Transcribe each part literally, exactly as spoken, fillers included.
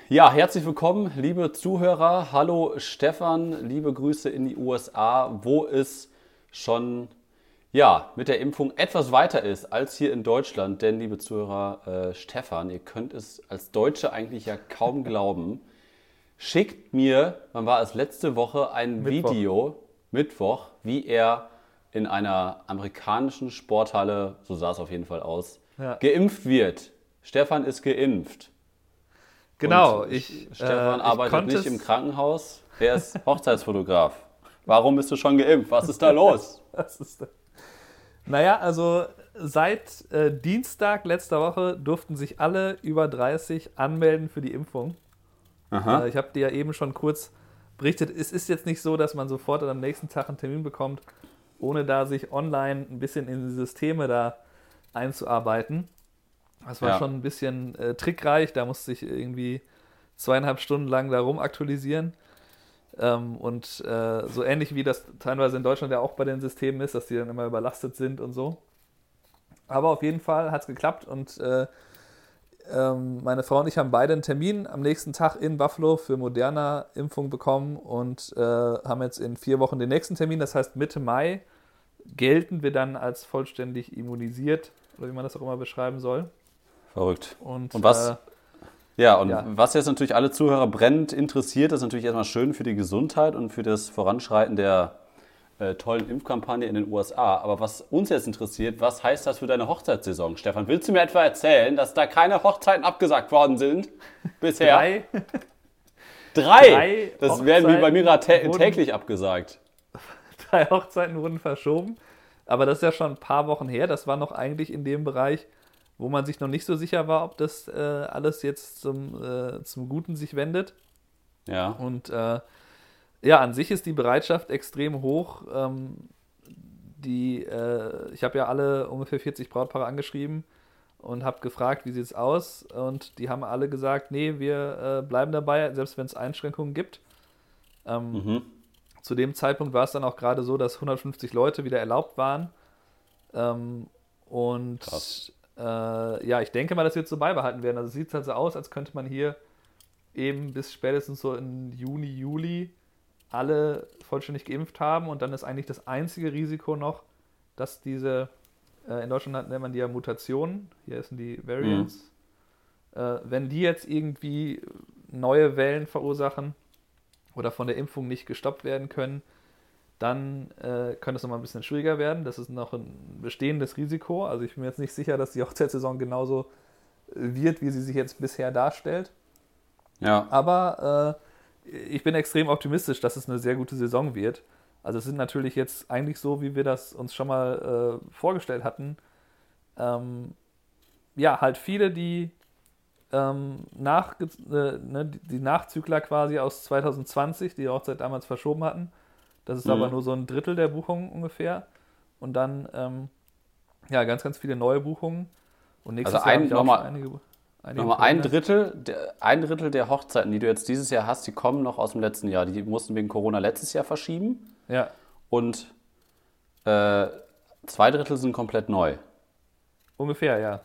Ja, herzlich willkommen, liebe Zuhörer. Hallo Stefan, liebe Grüße in die U S A, wo es schon ja, mit der Impfung etwas weiter ist als hier in Deutschland. Denn, liebe Zuhörer, äh, Stefan, ihr könnt es als Deutsche eigentlich ja kaum glauben, schickt mir, wann war es, letzte Woche ein Mittwoch. Video, Mittwoch, wie er in einer amerikanischen Sporthalle, so sah es auf jeden Fall aus, Ja. geimpft wird. Stefan ist geimpft. Genau, Und ich, Stefan äh, ich arbeitet konnte nicht es. im Krankenhaus, er ist Hochzeitsfotograf. Warum bist du schon geimpft? Was ist da los? Was ist das? Naja, also seit äh, Dienstag letzter Woche durften sich alle über dreißig anmelden für die Impfung. Aha. Äh, ich habe dir ja eben schon kurz berichtet, es ist jetzt nicht so, dass man sofort am nächsten Tag einen Termin bekommt, ohne da sich online ein bisschen in die Systeme da einzuarbeiten. Das war Ja. schon ein bisschen äh, trickreich, da musste ich irgendwie zweieinhalb Stunden lang da rum aktualisieren. Ähm, und äh, so ähnlich wie das teilweise in Deutschland ja auch bei den Systemen ist, dass die dann immer überlastet sind und so. Aber auf jeden Fall hat es geklappt und äh, ähm, meine Frau und ich haben beide einen Termin am nächsten Tag in Buffalo für Moderna-Impfung bekommen und äh, haben jetzt in vier Wochen den nächsten Termin. Das heißt, Mitte Mai gelten wir dann als vollständig immunisiert, oder wie man das auch immer beschreiben soll. Verrückt. Und, Und was, äh, ja, und ja. was jetzt natürlich alle Zuhörer brennend interessiert, ist natürlich erstmal schön für die Gesundheit und für das Voranschreiten der äh, tollen Impfkampagne in den U S A. Aber was uns jetzt interessiert, was heißt das für deine Hochzeitssaison, Stefan? Willst du mir etwa erzählen, dass da keine Hochzeiten abgesagt worden sind bisher? drei, Drei? drei Das werden wie bei mir gerade tä wurden- täglich abgesagt. drei Hochzeiten wurden verschoben. Aber das ist ja schon ein paar Wochen her. Das war noch eigentlich in dem Bereich, wo man sich noch nicht so sicher war, ob das äh, alles jetzt zum, äh, zum Guten sich wendet. Ja. Und äh, ja, an sich ist die Bereitschaft extrem hoch. Ähm, die, äh, ich habe ja alle ungefähr vierzig Brautpaare angeschrieben und habe gefragt, wie sieht es aus? Und die haben alle gesagt, nee, wir äh, bleiben dabei, selbst wenn es Einschränkungen gibt. Ähm, Mhm. Zu dem Zeitpunkt war es dann auch gerade so, dass hundertfünfzig Leute wieder erlaubt waren. Ähm, und Krass. äh, ja, ich denke mal, das wird so beibehalten werden. Also es sieht halt so aus, als könnte man hier eben bis spätestens so in Juni, Juli alle vollständig geimpft haben. Und dann ist eigentlich das einzige Risiko noch, dass diese, äh, in Deutschland nennt man die ja Mutationen, hier sind die Variants, äh, wenn die jetzt irgendwie neue Wellen verursachen oder von der Impfung nicht gestoppt werden können, dann äh, könnte es nochmal ein bisschen schwieriger werden. Das ist noch ein bestehendes Risiko. Also ich bin mir jetzt nicht sicher, dass die Hochzeitssaison genauso wird, wie sie sich jetzt bisher darstellt. Ja. Aber äh, ich bin extrem optimistisch, dass es eine sehr gute Saison wird. Also es sind natürlich jetzt eigentlich so, wie wir das uns schon mal äh, vorgestellt hatten. Ähm, ja, halt viele, die ähm, nach, äh, ne, die die Nachzügler quasi aus zwanzig zwanzig, die die Hochzeit damals verschoben hatten. Das ist Mhm. aber nur so ein Drittel der Buchungen ungefähr. Und dann ähm, ja, ganz, ganz viele neue Buchungen. Und nächstes Also Jahr ein- habe ich auch nochmal- schon einige, einige Nochmal ein Pläne. Drittel, der, ein Drittel der Hochzeiten, die du jetzt dieses Jahr hast, die kommen noch aus dem letzten Jahr. Die mussten wegen Corona letztes Jahr verschieben. Ja, Und äh, zwei Drittel sind komplett neu. ungefähr, ja.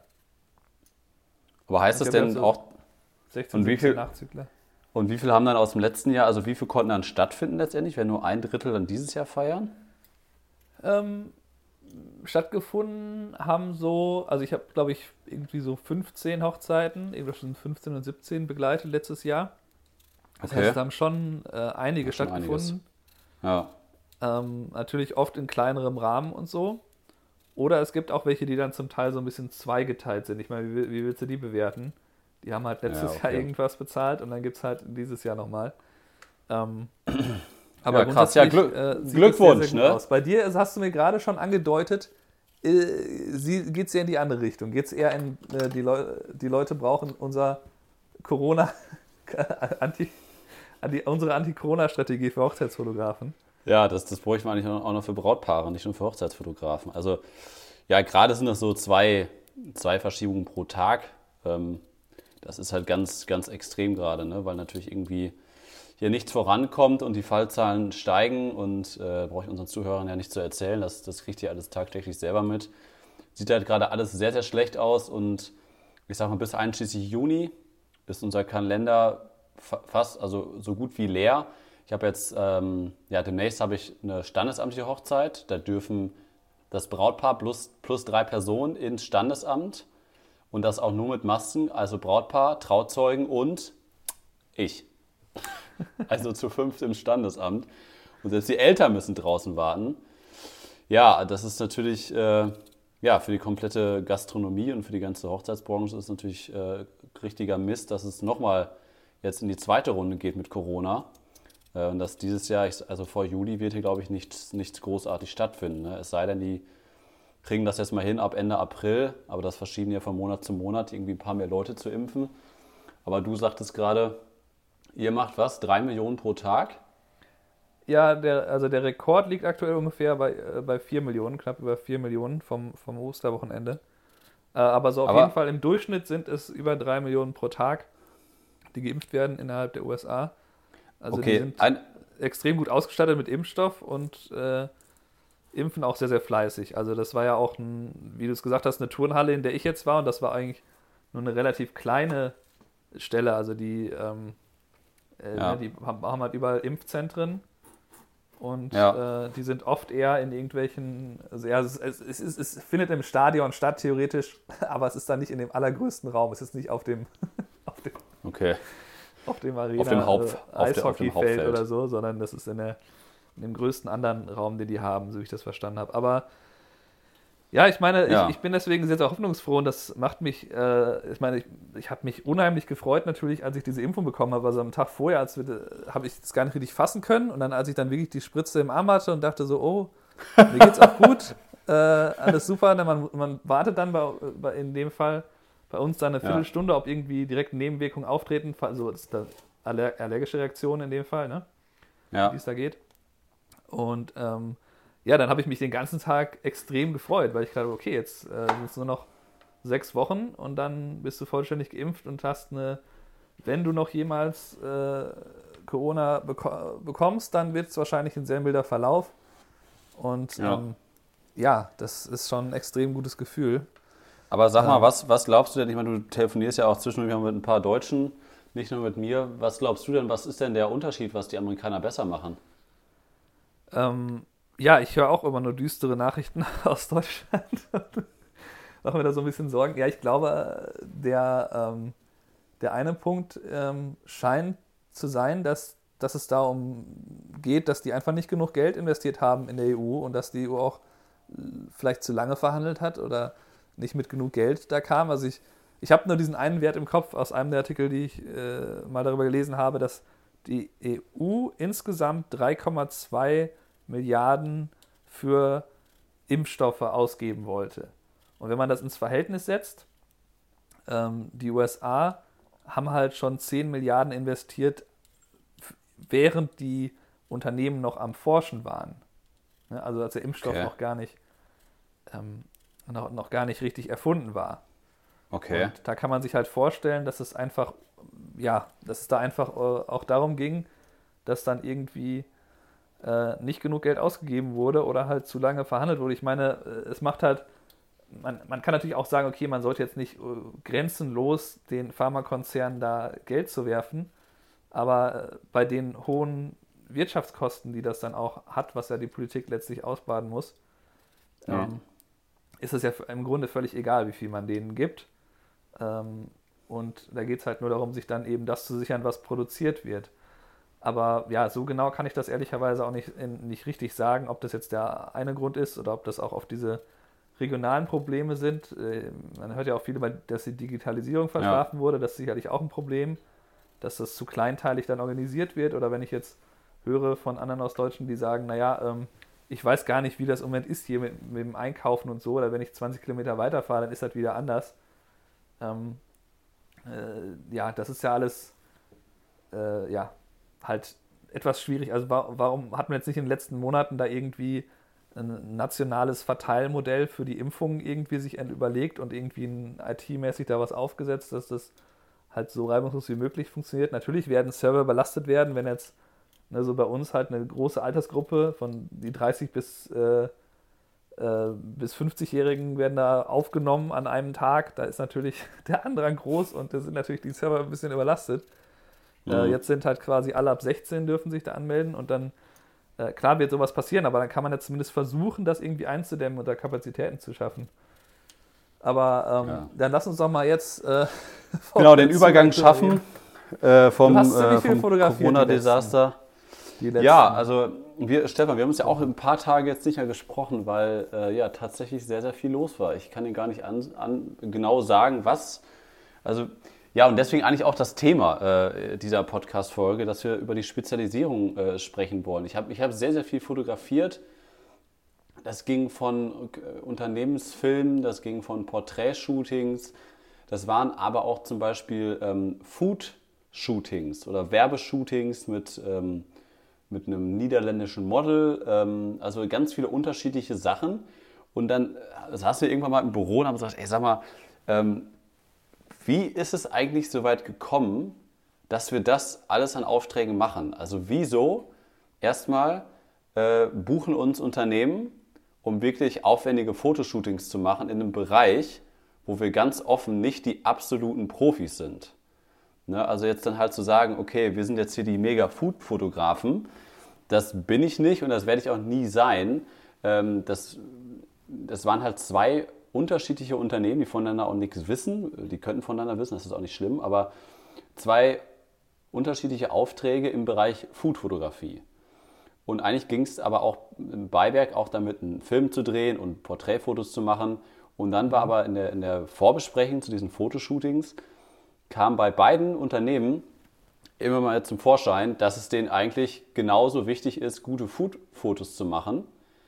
Aber heißt Ich das hab denn ja so- auch, sechzehn, Und wie siebzehn viel- Nachzügler. und wie viel haben dann aus dem letzten Jahr, also wie viel konnten dann stattfinden letztendlich, wenn nur ein Drittel dann dieses Jahr feiern? Ähm, stattgefunden haben so, also ich habe, glaube ich, irgendwie so fünfzehn Hochzeiten, irgendwas zwischen fünfzehn und siebzehn begleitet letztes Jahr. Das heißt, es haben schon äh, einige Ja, schon stattgefunden. Ja. Ähm, natürlich oft in kleinerem Rahmen und so. Oder es gibt auch welche, die dann zum Teil so ein bisschen zweigeteilt sind. Ich meine, wie, wie willst du die bewerten? Die haben halt letztes Ja, okay. Jahr irgendwas bezahlt und dann gibt es halt dieses Jahr nochmal. Ähm, aber Ja, krass. Ja, grundsätzlich, Glück- äh, sieht es Glückwunsch, sehr, sehr gut ne? aus. Bei dir das hast du mir gerade schon angedeutet, äh, geht es eher in die andere Richtung. Geht es eher in, äh, die, Leu die Leute brauchen unser Corona, Anti, Anti, unsere Anti-Corona-Strategie für Hochzeitsfotografen. Ja, das, das bräuchte man eigentlich auch noch für Brautpaare, nicht nur für Hochzeitsfotografen. Also, ja, gerade sind das so zwei, zwei Verschiebungen pro Tag. Ähm, das ist halt ganz, ganz extrem gerade, ne? Weil natürlich irgendwie hier nichts vorankommt und die Fallzahlen steigen und äh, brauche ich unseren Zuhörern ja nicht zu erzählen, das, das kriegt ihr alles tagtäglich selber mit. Sieht halt gerade alles sehr, sehr schlecht aus und ich sag mal, bis einschließlich Juni ist unser Kalender fa- fast, also so gut wie leer. Ich habe jetzt, ähm, ja, demnächst habe ich eine standesamtliche Hochzeit. Da dürfen das Brautpaar plus, plus drei Personen ins Standesamt und das auch nur mit Masken, also Brautpaar, Trauzeugen und ich. Also zu fünft im Standesamt. Und selbst die Eltern müssen draußen warten. Ja, das ist natürlich, äh, ja, für die komplette Gastronomie und für die ganze Hochzeitsbranche ist natürlich äh, richtiger Mist, dass es nochmal jetzt in die zweite Runde geht mit Corona. Äh, und dass dieses Jahr, ich, also vor Juli, wird hier, glaube ich, nichts, nichts großartig stattfinden. Ne? Es sei denn, die kriegen das jetzt mal hin ab Ende April, aber das verschieben ja von Monat zu Monat, irgendwie ein paar mehr Leute zu impfen. Aber du sagtest gerade, ihr macht was? Drei Millionen pro Tag? Ja, der, also der Rekord liegt aktuell ungefähr bei, äh, bei vier Millionen, knapp über vier Millionen vom, vom Osterwochenende. Äh, aber so auf jeden Aber, Fall im Durchschnitt sind es über drei Millionen pro Tag, die geimpft werden innerhalb der U S A. Also die okay, sind ein, extrem gut ausgestattet mit Impfstoff und äh, impfen auch sehr, sehr fleißig. Also das war ja auch, ein, wie du es gesagt hast, eine Turnhalle, in der ich jetzt war, und das war eigentlich nur eine relativ kleine Stelle. Also die, ähm, äh, ja, ne, die haben, haben halt überall Impfzentren. Und ja, äh, die sind oft eher in irgendwelchen, also ja, es, es, es, ist, es findet im Stadion statt, theoretisch, aber es ist dann nicht in dem allergrößten Raum. Es ist nicht auf dem, auf dem, okay. auf dem Auf dem, Arena Haupt, äh, auf der, auf dem Eishockeyfeld Hauptfeld. oder so, sondern das ist in, der, in dem größten anderen Raum, den die haben, so wie ich das verstanden habe. Aber ja, ich meine, ich, Ja, ich bin deswegen sehr, sehr hoffnungsfroh und das macht mich, äh, ich meine, ich, ich habe mich unheimlich gefreut natürlich, als ich diese Impfung bekommen habe. Also am Tag vorher, als wir, habe ich es gar nicht richtig fassen können und dann, als ich dann wirklich die Spritze im Arm hatte und dachte so, oh, mir geht's auch gut, äh, alles super. Und man, man wartet dann bei, bei, in dem Fall bei uns dann eine ja, Viertelstunde, ob irgendwie direkt Nebenwirkungen auftreten, also das ist eine aller, allergische Reaktion in dem Fall, ne, um die ja. es da geht. Und ähm, ja, dann habe ich mich den ganzen Tag extrem gefreut, weil ich dachte, okay, jetzt äh, sind es nur noch sechs Wochen und dann bist du vollständig geimpft und hast eine, wenn du noch jemals äh, Corona beko- bekommst, dann wird es wahrscheinlich ein sehr milder Verlauf. Und Ja. ähm, ja, das ist schon ein extrem gutes Gefühl. Aber sag mal, Ähm, was, was glaubst du denn? Ich meine, du telefonierst ja auch zwischendurch mit ein paar Deutschen, nicht nur mit mir. Was glaubst du denn, was ist denn der Unterschied, was die Amerikaner besser machen? ähm, ja, ich höre auch immer nur düstere Nachrichten aus Deutschland. Mache mir da so ein bisschen Sorgen. Ja, ich glaube, der, ähm, der eine Punkt ähm, scheint zu sein, dass, dass es darum geht, dass die einfach nicht genug Geld investiert haben in der E U und dass die E U auch äh, vielleicht zu lange verhandelt hat oder nicht mit genug Geld da kam. Also ich, ich habe nur diesen einen Wert im Kopf aus einem der Artikel, die ich äh, mal darüber gelesen habe, dass die E U insgesamt drei Komma zwei Milliarden für Impfstoffe ausgeben wollte. Und wenn man das ins Verhältnis setzt, ähm, die U S A haben halt schon zehn Milliarden investiert, während die Unternehmen noch am Forschen waren. Ne? Also als der Impfstoff Okay, noch gar nicht, ähm, noch, noch gar nicht richtig erfunden war. okay, Und da kann man sich halt vorstellen, dass es einfach, ja, dass es da einfach äh, auch darum ging, dass dann irgendwie äh, nicht genug Geld ausgegeben wurde oder halt zu lange verhandelt wurde. Ich meine, äh, es macht halt, man, man kann natürlich auch sagen, okay, man sollte jetzt nicht äh, grenzenlos den Pharmakonzernen da Geld zu werfen, aber äh, bei den hohen Wirtschaftskosten, die das dann auch hat, was ja die Politik letztlich ausbaden muss, ja, ähm, ist es ja im Grunde völlig egal, wie viel man denen gibt. Ähm, und da geht es halt nur darum, sich dann eben das zu sichern, was produziert wird. Aber ja, so genau kann ich das ehrlicherweise auch nicht, in, nicht richtig sagen, ob das jetzt der eine Grund ist oder ob das auch auf diese regionalen Probleme sind. Äh, man hört ja auch viel über, dass die Digitalisierung ja, verschlafen wurde. Das ist sicherlich auch ein Problem, dass das zu kleinteilig dann organisiert wird. Oder wenn ich jetzt höre von anderen Ostdeutschen, die sagen, naja, ähm, ich weiß gar nicht, wie das im Moment ist hier mit, mit dem Einkaufen und so. Oder wenn ich zwanzig Kilometer weiterfahre, dann ist das wieder anders. Ähm, äh, ja, das ist ja alles, äh, ja, halt etwas schwierig. Also wa- warum hat man jetzt nicht in den letzten Monaten da irgendwie ein nationales Verteilmodell für die Impfungen irgendwie sich überlegt und irgendwie ein I T-mäßig da was aufgesetzt, dass das halt so reibungslos wie möglich funktioniert. Natürlich werden Server überlastet werden, wenn jetzt ne, so bei uns halt eine große Altersgruppe von die dreißig bis, äh, äh, bis fünfzig-Jährigen werden da aufgenommen an einem Tag. Da ist natürlich der Andrang groß und da sind natürlich die Server ein bisschen überlastet. Mhm. Äh, jetzt sind halt quasi alle ab sechzehn dürfen sich da anmelden und dann, äh, klar wird sowas passieren, aber dann kann man ja zumindest versuchen, das irgendwie einzudämmen und da Kapazitäten zu schaffen. Aber ähm, ja. dann lass uns doch mal jetzt äh, genau den Übergang schaffen äh, vom, äh, vom Corona-Desaster. Ja, also wir, Stefan, wir haben uns ja auch ein paar Tage jetzt nicht mehr gesprochen, weil äh, ja tatsächlich sehr, sehr viel los war. Ich kann Ihnen gar nicht an, an, genau sagen, was. Also ja, und deswegen eigentlich auch das Thema äh, dieser Podcast-Folge, dass wir über die Spezialisierung äh, sprechen wollen. Ich habe ich hab sehr, sehr viel fotografiert. Das ging von Unternehmensfilmen, das ging von Porträtshootings, das waren aber auch zum Beispiel ähm, Food-Shootings oder Werbeshootings mit, ähm, mit einem niederländischen Model, ähm, also ganz viele unterschiedliche Sachen. Und dann saßen wir irgendwann mal im Büro und haben gesagt, ey, sag mal, ähm, wie ist es eigentlich so weit gekommen, dass wir das alles an Aufträgen machen? Also wieso erstmal äh, buchen uns Unternehmen, um wirklich aufwendige Fotoshootings zu machen in einem Bereich, wo wir ganz offen nicht die absoluten Profis sind. Ne? Also jetzt dann halt zu sagen, okay, wir sind jetzt hier die Mega-Food-Fotografen, das bin ich nicht und das werde ich auch nie sein. Ähm, das, das waren halt zwei unterschiedliche Unternehmen, die voneinander auch nichts wissen. Die könnten voneinander wissen, das ist auch nicht schlimm, aber zwei unterschiedliche Aufträge im Bereich Food-Fotografie. Und eigentlich ging es aber auch im Beiwerk auch damit, einen Film zu drehen und Porträtfotos zu machen. Und dann war aber in der, in der Vorbesprechung zu diesen Fotoshootings, kam bei beiden Unternehmen immer mal zum Vorschein, dass es denen eigentlich genauso wichtig ist, gute Food-Fotos zu machen,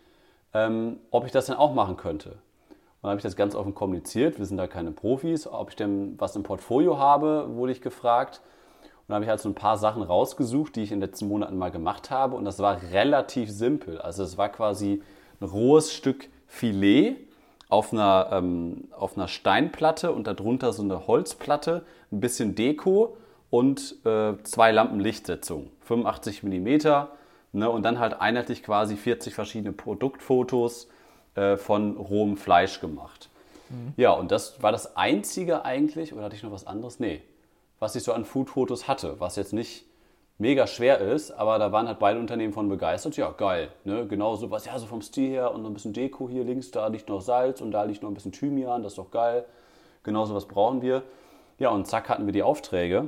ähm, ob ich das dann auch machen könnte. Und dann habe ich das ganz offen kommuniziert, wir sind da keine Profis, ob ich denn was im Portfolio habe, wurde ich gefragt. Und dann habe ich halt so ein paar Sachen rausgesucht, die ich in den letzten Monaten mal gemacht habe. Und das war relativ simpel. Also es war quasi ein rohes Stück Filet auf einer, ähm, auf einer Steinplatte und darunter so eine Holzplatte, ein bisschen Deko und äh, zwei Lampen Lichtsetzung, fünfundachtzig Millimeter. Ne, und dann halt einheitlich quasi vierzig verschiedene Produktfotos äh, von rohem Fleisch gemacht. Mhm. Ja, und das war das Einzige eigentlich, oder hatte ich noch was anderes? Nee. Was ich so an Food-Fotos hatte, was jetzt nicht mega schwer ist, aber da waren halt beide Unternehmen von begeistert. Ja, geil, ne? Genau so was, ja, so vom Stil her und noch ein bisschen Deko hier links, da liegt noch Salz und da liegt noch ein bisschen Thymian, das ist doch geil. Genau so was brauchen wir. Ja, und zack hatten wir die Aufträge.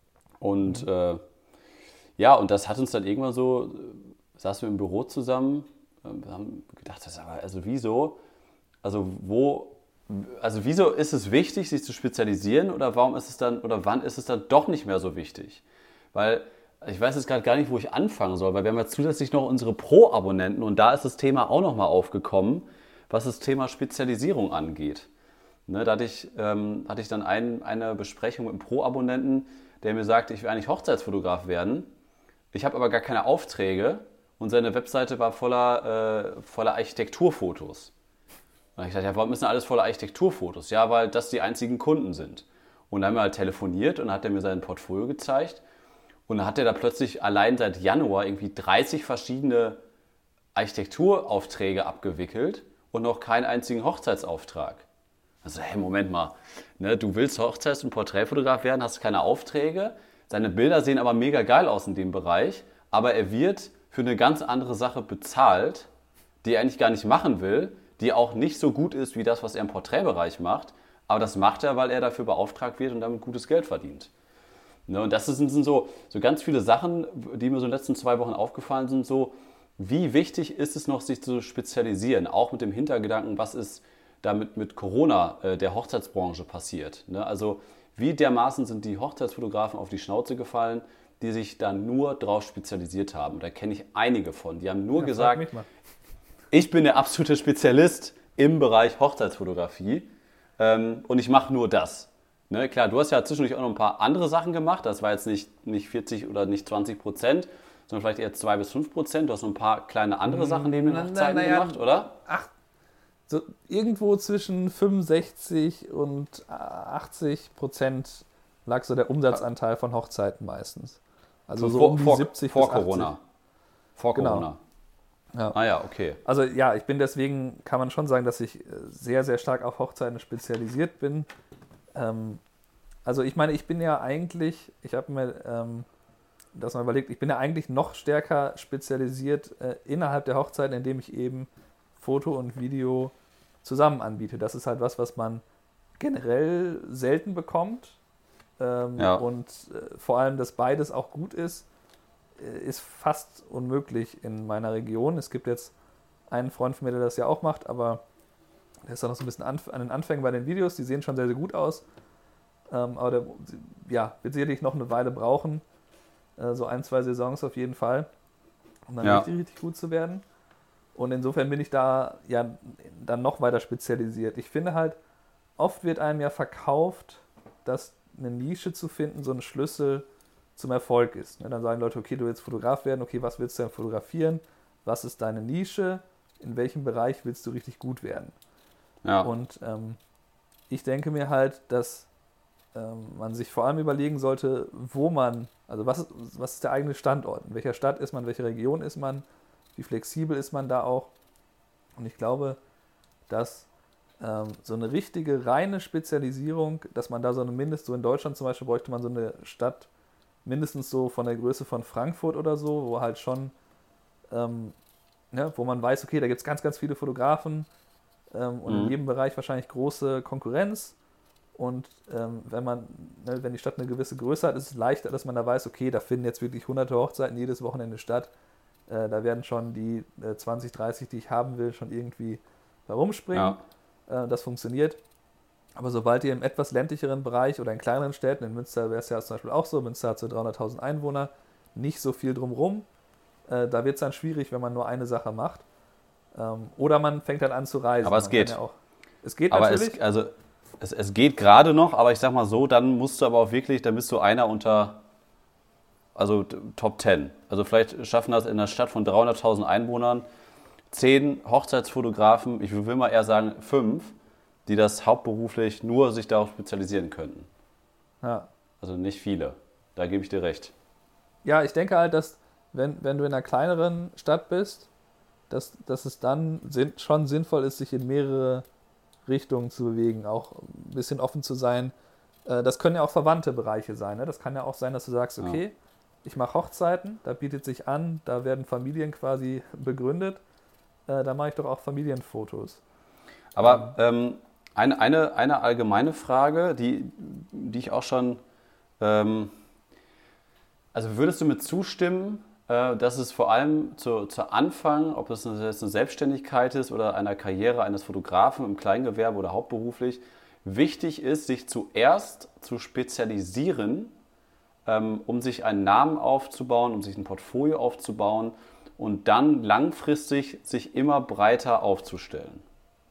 Und mhm. äh, ja, und das hat uns dann irgendwann so, saßen wir im Büro zusammen, wir haben gedacht, das ist aber, also wieso, also wo... Also wieso ist es wichtig, sich zu spezialisieren oder warum ist es dann oder wann ist es dann doch nicht mehr so wichtig? Weil ich weiß jetzt gerade gar nicht, wo ich anfangen soll, weil wir haben ja zusätzlich noch unsere Pro-Abonnenten und da ist das Thema auch nochmal aufgekommen, was das Thema Spezialisierung angeht. Ne, da hatte ich, ähm, hatte ich dann ein, eine Besprechung mit einem Pro-Abonnenten, der mir sagte, ich will eigentlich Hochzeitsfotograf werden. Ich habe aber gar keine Aufträge und seine Webseite war voller, äh, voller Architekturfotos. Und ich dachte, ja, warum ist denn alles voller Architekturfotos? Ja, weil das die einzigen Kunden sind. Und dann haben wir halt telefoniert und dann hat er mir sein Portfolio gezeigt. Und dann hat er da plötzlich allein seit Januar irgendwie dreißig verschiedene Architekturaufträge abgewickelt und noch keinen einzigen Hochzeitsauftrag. Also, hey, Moment mal, ne, du willst Hochzeits- und Porträtfotograf werden, hast keine Aufträge. Seine Bilder sehen aber mega geil aus in dem Bereich, aber er wird für eine ganz andere Sache bezahlt, die er eigentlich gar nicht machen will, die auch nicht so gut ist wie das, was er im Porträtbereich macht. Aber das macht er, weil er dafür beauftragt wird und damit gutes Geld verdient. Ne, und das sind, sind so, so ganz viele Sachen, die mir so in den letzten zwei Wochen aufgefallen sind, so wie wichtig ist es noch, sich zu spezialisieren, auch mit dem Hintergedanken, was ist damit mit Corona äh, der Hochzeitsbranche passiert. Ne? Also wie dermaßen sind die Hochzeitsfotografen auf die Schnauze gefallen, die sich da nur drauf spezialisiert haben. Und da kenne ich einige von, die haben nur ja, gesagt, ich bin der absolute Spezialist im Bereich Hochzeitsfotografie ähm, und ich mache nur das. Ne, klar, du hast ja zwischendurch auch noch ein paar andere Sachen gemacht. Das war jetzt nicht, nicht vierzig oder nicht zwanzig Prozent, sondern vielleicht eher zwei bis fünf Prozent. Du hast noch ein paar kleine andere Sachen neben den Hochzeiten na, na, ja, gemacht, oder? Ach, so irgendwo zwischen fünfundsechzig und achtzig Prozent lag so der Umsatzanteil von Hochzeiten meistens. Also so, so um die vor, siebzig vor bis achtzig. Corona. Vor genau. Corona. Ja. Ah ja, okay. Also ja, ich bin deswegen, kann man schon sagen, dass ich sehr, sehr stark auf Hochzeiten spezialisiert bin. Ähm, Also ich meine, ich bin ja eigentlich, ich habe mir ähm, das mal überlegt, ich bin ja eigentlich noch stärker spezialisiert äh, innerhalb der Hochzeiten, indem ich eben Foto und Video zusammen anbiete. Das ist halt was, was man generell selten bekommt. Ähm, Ja. Und äh, vor allem, dass beides auch gut ist, äh, ist fast unmöglich in meiner Region. Es gibt jetzt einen Freund von mir, der das ja auch macht, aber der ist auch noch so ein bisschen anf- an den Anfängen bei den Videos. Die sehen schon sehr, sehr gut aus. Ähm, aber der ja, wird sicherlich noch eine Weile brauchen. Äh, so ein, zwei Saisons auf jeden Fall, um dann Ja. richtig, richtig gut zu werden. Und insofern bin ich da ja dann noch weiter spezialisiert. Ich finde halt, oft wird einem ja verkauft, dass eine Nische zu finden so ein Schlüssel zum Erfolg ist. Ne, dann sagen Leute, okay, du willst Fotograf werden, okay, was willst du denn fotografieren? Was ist deine Nische? In welchem Bereich willst du richtig gut werden? Ja. Und ähm, ich denke mir halt, dass ähm, man sich vor allem überlegen sollte, wo man, also was ist, was ist der eigene Standort? In welcher Stadt ist man, in welcher Region ist man? Wie flexibel ist man da auch? Und ich glaube, dass ähm, so eine richtige, reine Spezialisierung, dass man da so eine Mindest, so in Deutschland zum Beispiel bräuchte man so eine Stadt mindestens so von der Größe von Frankfurt oder so, wo halt schon, ähm, ne, wo man weiß, okay, da gibt es ganz, ganz viele Fotografen ähm, und Mhm. in jedem Bereich wahrscheinlich große Konkurrenz. Und ähm, wenn man, ne, wenn die Stadt eine gewisse Größe hat, ist es leichter, dass man da weiß, okay, da finden jetzt wirklich hunderte Hochzeiten jedes Wochenende statt. Äh, da werden schon die äh, zwanzig, dreißig, die ich haben will, schon irgendwie herumspringen. Ja. Äh, das funktioniert. Aber sobald ihr im etwas ländlicheren Bereich oder in kleineren Städten, in Münster wäre es ja zum Beispiel auch so, Münster hat so dreihunderttausend Einwohner, nicht so viel drumrum, äh, da wird es dann schwierig, wenn man nur eine Sache macht. Ähm, oder man fängt dann an zu reisen. Aber es Man geht. kann Ja auch, es geht Aber natürlich. es, also, es, es geht gerade noch, aber ich sag mal so, dann musst du aber auch wirklich, dann bist du einer unter, also t- Top zehn. Also vielleicht schaffen das in einer Stadt von dreihunderttausend Einwohnern zehn Hochzeitsfotografen, ich will mal eher sagen fünf, die das hauptberuflich nur sich darauf spezialisieren könnten. Ja. Also nicht viele. Da gebe ich dir recht. Ja, ich denke halt, dass wenn, wenn du in einer kleineren Stadt bist, dass, dass es dann sinn, schon sinnvoll ist, sich in mehrere Richtungen zu bewegen, auch ein bisschen offen zu sein. Äh, das können ja auch verwandte Bereiche sein. Ne? Das kann ja auch sein, dass du sagst, okay, ja. ich mache Hochzeiten, da bietet sich an, da werden Familien quasi begründet, äh, da mache ich doch auch Familienfotos. Aber ähm, eine, eine, eine allgemeine Frage, die, die ich auch schon... Ähm, also würdest du mir zustimmen, äh, dass es vor allem zu, zu Anfang, ob es eine, jetzt eine Selbstständigkeit ist oder einer Karriere eines Fotografen im Kleingewerbe oder hauptberuflich, wichtig ist, sich zuerst zu spezialisieren, ähm, um sich einen Namen aufzubauen, um sich ein Portfolio aufzubauen und dann langfristig sich immer breiter aufzustellen?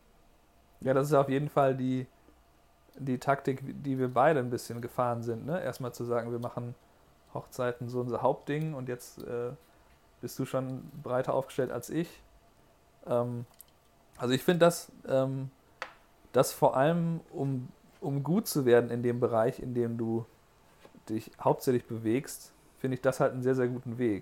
Ja, das ist auf jeden Fall die, die Taktik, die wir beide ein bisschen gefahren sind. Ne? Erstmal zu sagen, wir machen Hochzeiten so unser Hauptding und jetzt äh, bist du schon breiter aufgestellt als ich. Ähm, also ich finde, dass, ähm, dass vor allem, um, um gut zu werden in dem Bereich, in dem du dich hauptsächlich bewegst, finde ich das halt einen sehr, sehr guten Weg.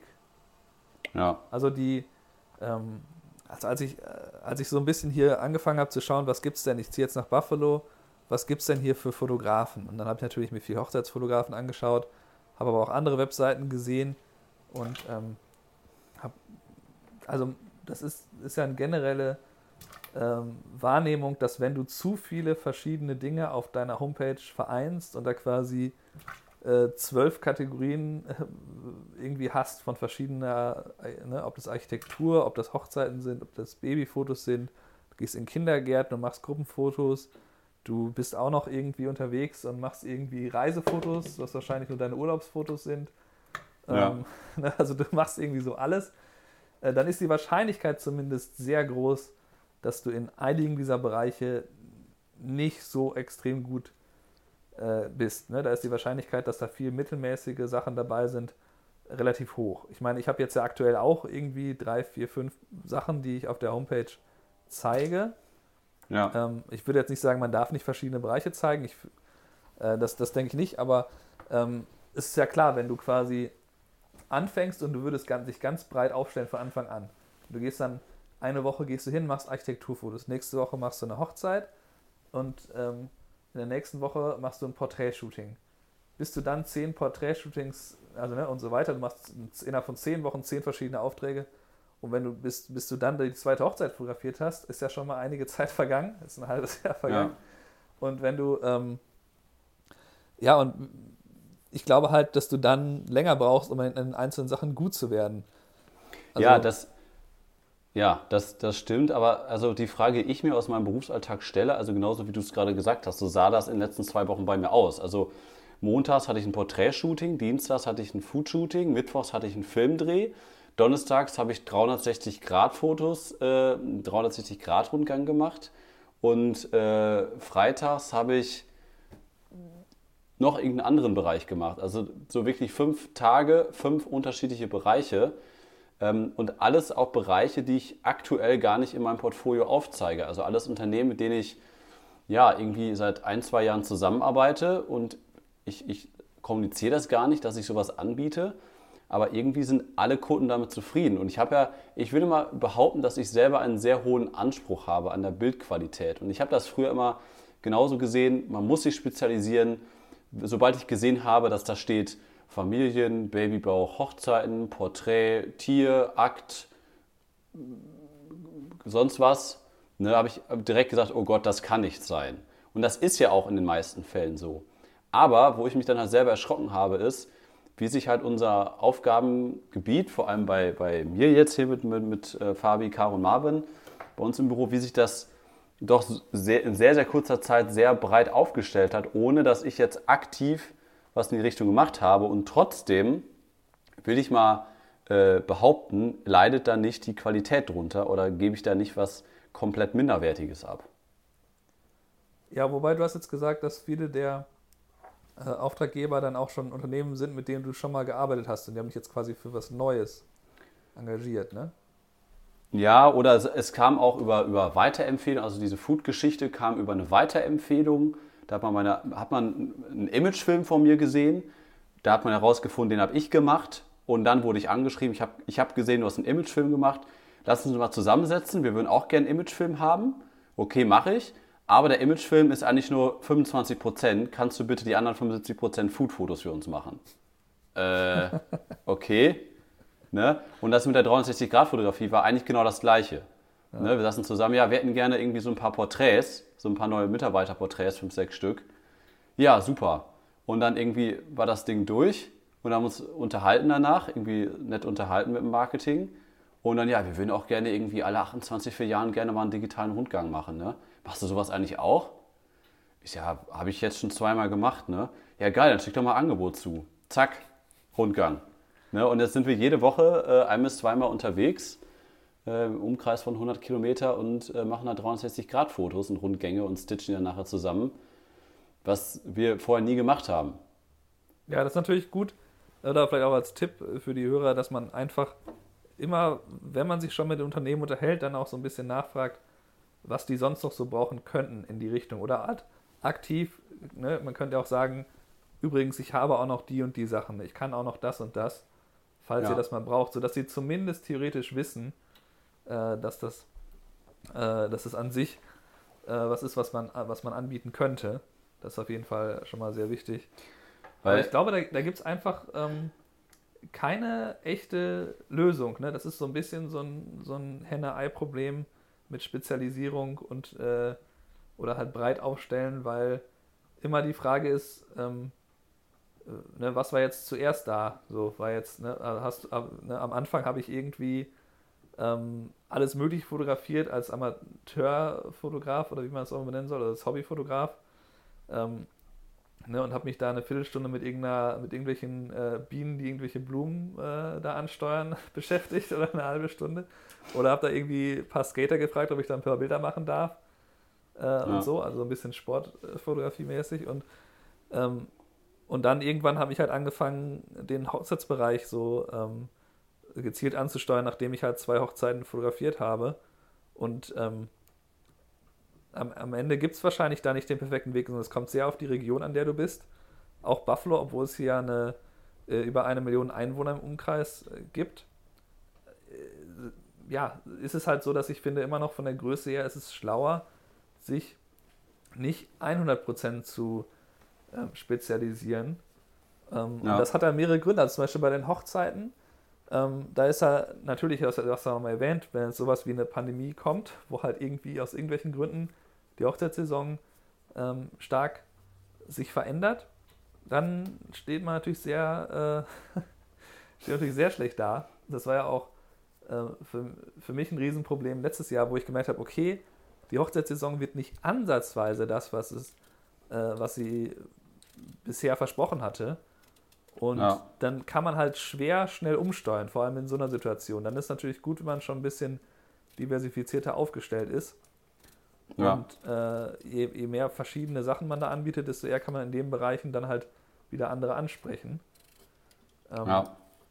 Ja. Also die, ähm, also als ich, äh, als ich so ein bisschen hier angefangen habe zu schauen, was gibt es denn, ich ziehe jetzt nach Buffalo, was gibt es denn hier für Fotografen? Und dann habe ich natürlich mir viel Hochzeitsfotografen angeschaut, habe aber auch andere Webseiten gesehen und ähm, habe, also das ist, ist ja eine generelle ähm, Wahrnehmung, dass wenn du zu viele verschiedene Dinge auf deiner Homepage vereinst und da quasi äh, zwölf Kategorien äh, irgendwie hast von verschiedener, äh, ne, ob das Architektur, ob das Hochzeiten sind, ob das Babyfotos sind, du gehst in Kindergärten und machst Gruppenfotos, du bist auch noch irgendwie unterwegs und machst irgendwie Reisefotos, was wahrscheinlich nur deine Urlaubsfotos sind. Ja. Ähm, also du machst irgendwie so alles. Äh, dann ist die Wahrscheinlichkeit zumindest sehr groß, dass du in einigen dieser Bereiche nicht so extrem gut äh, bist. Ne? Da ist die Wahrscheinlichkeit, dass da viel mittelmäßige Sachen dabei sind, relativ hoch. Ich meine, ich habe jetzt ja aktuell auch irgendwie drei, vier, fünf Sachen, die ich auf der Homepage zeige. Ja. Ähm, ich würde jetzt nicht sagen, man darf nicht verschiedene Bereiche zeigen. Ich, äh, das, das denke ich nicht, aber ähm, es ist ja klar, wenn du quasi anfängst und du würdest ganz, dich ganz breit aufstellen von Anfang an. Du gehst dann, eine Woche gehst du hin, machst Architekturfotos, nächste Woche machst du eine Hochzeit und ähm, in der nächsten Woche machst du ein Porträtshooting. Bis du dann zehn Porträtshootings, also ne, und so weiter, du machst innerhalb von zehn Wochen zehn verschiedene Aufträge. Und wenn du bis, bis du dann die zweite Hochzeit fotografiert hast, ist ja schon mal einige Zeit vergangen, ist ein halbes Jahr vergangen. Ja. Und wenn du, ähm, ja, und ich glaube halt, dass du dann länger brauchst, um in, in einzelnen Sachen gut zu werden. Also, ja, das, ja das, das stimmt, aber also die Frage, die ich mir aus meinem Berufsalltag stelle, also genauso wie du es gerade gesagt hast, so sah das in den letzten zwei Wochen bei mir aus. Also montags hatte ich ein Porträtshooting, dienstags hatte ich ein Foodshooting, mittwochs hatte ich einen Filmdreh, donnerstags habe ich dreihundertsechzig Grad Fotos, äh, dreihundertsechzig Grad Rundgang gemacht und äh, freitags habe ich noch irgendeinen anderen Bereich gemacht. Also so wirklich fünf Tage, fünf unterschiedliche Bereiche ähm, und alles auch Bereiche, die ich aktuell gar nicht in meinem Portfolio aufzeige. Also alles Unternehmen, mit denen ich ja irgendwie seit ein, zwei Jahren zusammenarbeite und ich, ich kommuniziere das gar nicht, dass ich sowas anbiete, aber irgendwie sind alle Kunden damit zufrieden. Und ich habe ja, ich würde mal behaupten, dass ich selber einen sehr hohen Anspruch habe an der Bildqualität. Und ich habe das früher immer genauso gesehen, man muss sich spezialisieren. Sobald ich gesehen habe, dass da steht Familien, Babybau, Hochzeiten, Porträt, Tier, Akt, sonst was, ne, habe ich direkt gesagt, oh Gott, das kann nicht sein. Und das ist ja auch in den meisten Fällen so. Aber wo ich mich dann halt selber erschrocken habe, ist, wie sich halt unser Aufgabengebiet, vor allem bei, bei mir jetzt hier mit, mit, mit äh, Fabi, Caro und Marvin, bei uns im Büro, wie sich das doch sehr, in sehr, sehr kurzer Zeit sehr breit aufgestellt hat, ohne dass ich jetzt aktiv was in die Richtung gemacht habe. Und trotzdem, will ich mal äh, behaupten, leidet da nicht die Qualität drunter oder gebe ich da nicht was komplett Minderwertiges ab. Ja, wobei du hast jetzt gesagt, dass viele der äh, Auftraggeber dann auch schon Unternehmen sind, mit denen du schon mal gearbeitet hast und die haben dich jetzt quasi für was Neues engagiert, ne? Ja, oder es, es kam auch über, über Weiterempfehlung, also diese Food-Geschichte kam über eine Weiterempfehlung. Da hat man, meine, hat man einen Imagefilm von mir gesehen, da hat man herausgefunden, den habe ich gemacht und dann wurde ich angeschrieben, ich habe ich hab gesehen, du hast einen Imagefilm gemacht, lass uns mal zusammensetzen, wir würden auch gerne einen Imagefilm haben. Okay, mache ich, aber der Imagefilm ist eigentlich nur fünfundzwanzig Prozent, kannst du bitte die anderen fünfundsiebzig Prozent Food-Fotos für uns machen? Äh, okay. Ne? Und das mit der dreihundertsechzig Grad Fotografie war eigentlich genau das Gleiche. Ja. Ne? Wir saßen zusammen, ja, wir hätten gerne irgendwie so ein paar Porträts, so ein paar neue Mitarbeiterporträts, fünf, sechs Stück. Ja, super. Und dann irgendwie war das Ding durch und haben uns unterhalten danach, irgendwie nett unterhalten mit dem Marketing. Und dann, ja, wir würden auch gerne irgendwie alle achtundzwanzig, vier Jahren gerne mal einen digitalen Rundgang machen. Ne? Machst du sowas eigentlich auch? Ich ja, habe ich jetzt schon zweimal gemacht. Ne? Ja, geil, dann schick doch mal ein Angebot zu. Zack, Rundgang. Ne, und jetzt sind wir jede Woche äh, ein- bis zweimal unterwegs, äh, im Umkreis von hundert Kilometer und äh, machen da dreihundertsechzig Grad Fotos und Rundgänge und stitchen die dann nachher zusammen, was wir vorher nie gemacht haben. Ja, das ist natürlich gut, oder vielleicht auch als Tipp für die Hörer, dass man einfach immer, wenn man sich schon mit dem Unternehmen unterhält, dann auch so ein bisschen nachfragt, was die sonst noch so brauchen könnten in die Richtung. Oder aktiv, ne, man könnte auch sagen, übrigens, ich habe auch noch die und die Sachen, ich kann auch noch das und das, falls ja. ihr das mal braucht, sodass sie zumindest theoretisch wissen, äh, dass das, äh, dass das an sich äh, was ist, was man, was man anbieten könnte. Das ist auf jeden Fall schon mal sehr wichtig. Weil Aber ich glaube, da, da gibt es einfach ähm, keine echte Lösung. Ne? Das ist so ein bisschen so ein, so ein Henne-Ei-Problem mit Spezialisierung und äh, oder halt breit aufstellen, weil immer die Frage ist, ähm, Ne, was war jetzt zuerst da? So war jetzt, ne, hast, ne, am Anfang habe ich irgendwie ähm, alles Mögliche fotografiert als Amateurfotograf oder wie man es auch immer nennen soll, oder als Hobbyfotograf. Ähm, ne, und habe mich da eine Viertelstunde mit, irgendeiner, mit irgendwelchen äh, Bienen, die irgendwelche Blumen äh, da ansteuern, beschäftigt oder eine halbe Stunde. Oder habe da irgendwie ein paar Skater gefragt, ob ich da ein paar Bilder machen darf. Äh, ja. Und so, also ein bisschen Sportfotografie-mäßig. Und ähm, Und dann irgendwann habe ich halt angefangen, den Hochzeitsbereich so ähm, gezielt anzusteuern, nachdem ich halt zwei Hochzeiten fotografiert habe. Und ähm, am, am Ende gibt es wahrscheinlich da nicht den perfekten Weg, sondern es kommt sehr auf die Region, an der du bist. Auch Buffalo, obwohl es hier eine, äh, über eine Million Einwohner im Umkreis äh, gibt. Äh, ja, ist es halt so, dass ich finde, immer noch von der Größe her ist es schlauer, sich nicht hundert Prozent zu ähm, spezialisieren. Ähm, Ja. Und das hat dann mehrere Gründe. Also zum Beispiel bei den Hochzeiten, ähm, da ist ja natürlich, das hast du auch mal erwähnt, wenn jetzt sowas wie eine Pandemie kommt, wo halt irgendwie aus irgendwelchen Gründen die Hochzeitssaison ähm, stark sich verändert, dann steht man natürlich sehr, äh, steht natürlich sehr schlecht da. Das war ja auch äh, für, für mich ein Riesenproblem letztes Jahr, wo ich gemerkt habe, okay, die Hochzeitssaison wird nicht ansatzweise das, was, es, äh, was sie bisher versprochen hatte. Und Ja. dann kann man halt schwer schnell umsteuern, vor allem in so einer Situation. Dann ist natürlich gut, wenn man schon ein bisschen diversifizierter aufgestellt ist. Ja. Und äh, je, je mehr verschiedene Sachen man da anbietet, desto eher kann man in den Bereichen dann halt wieder andere ansprechen. Ähm, Ja.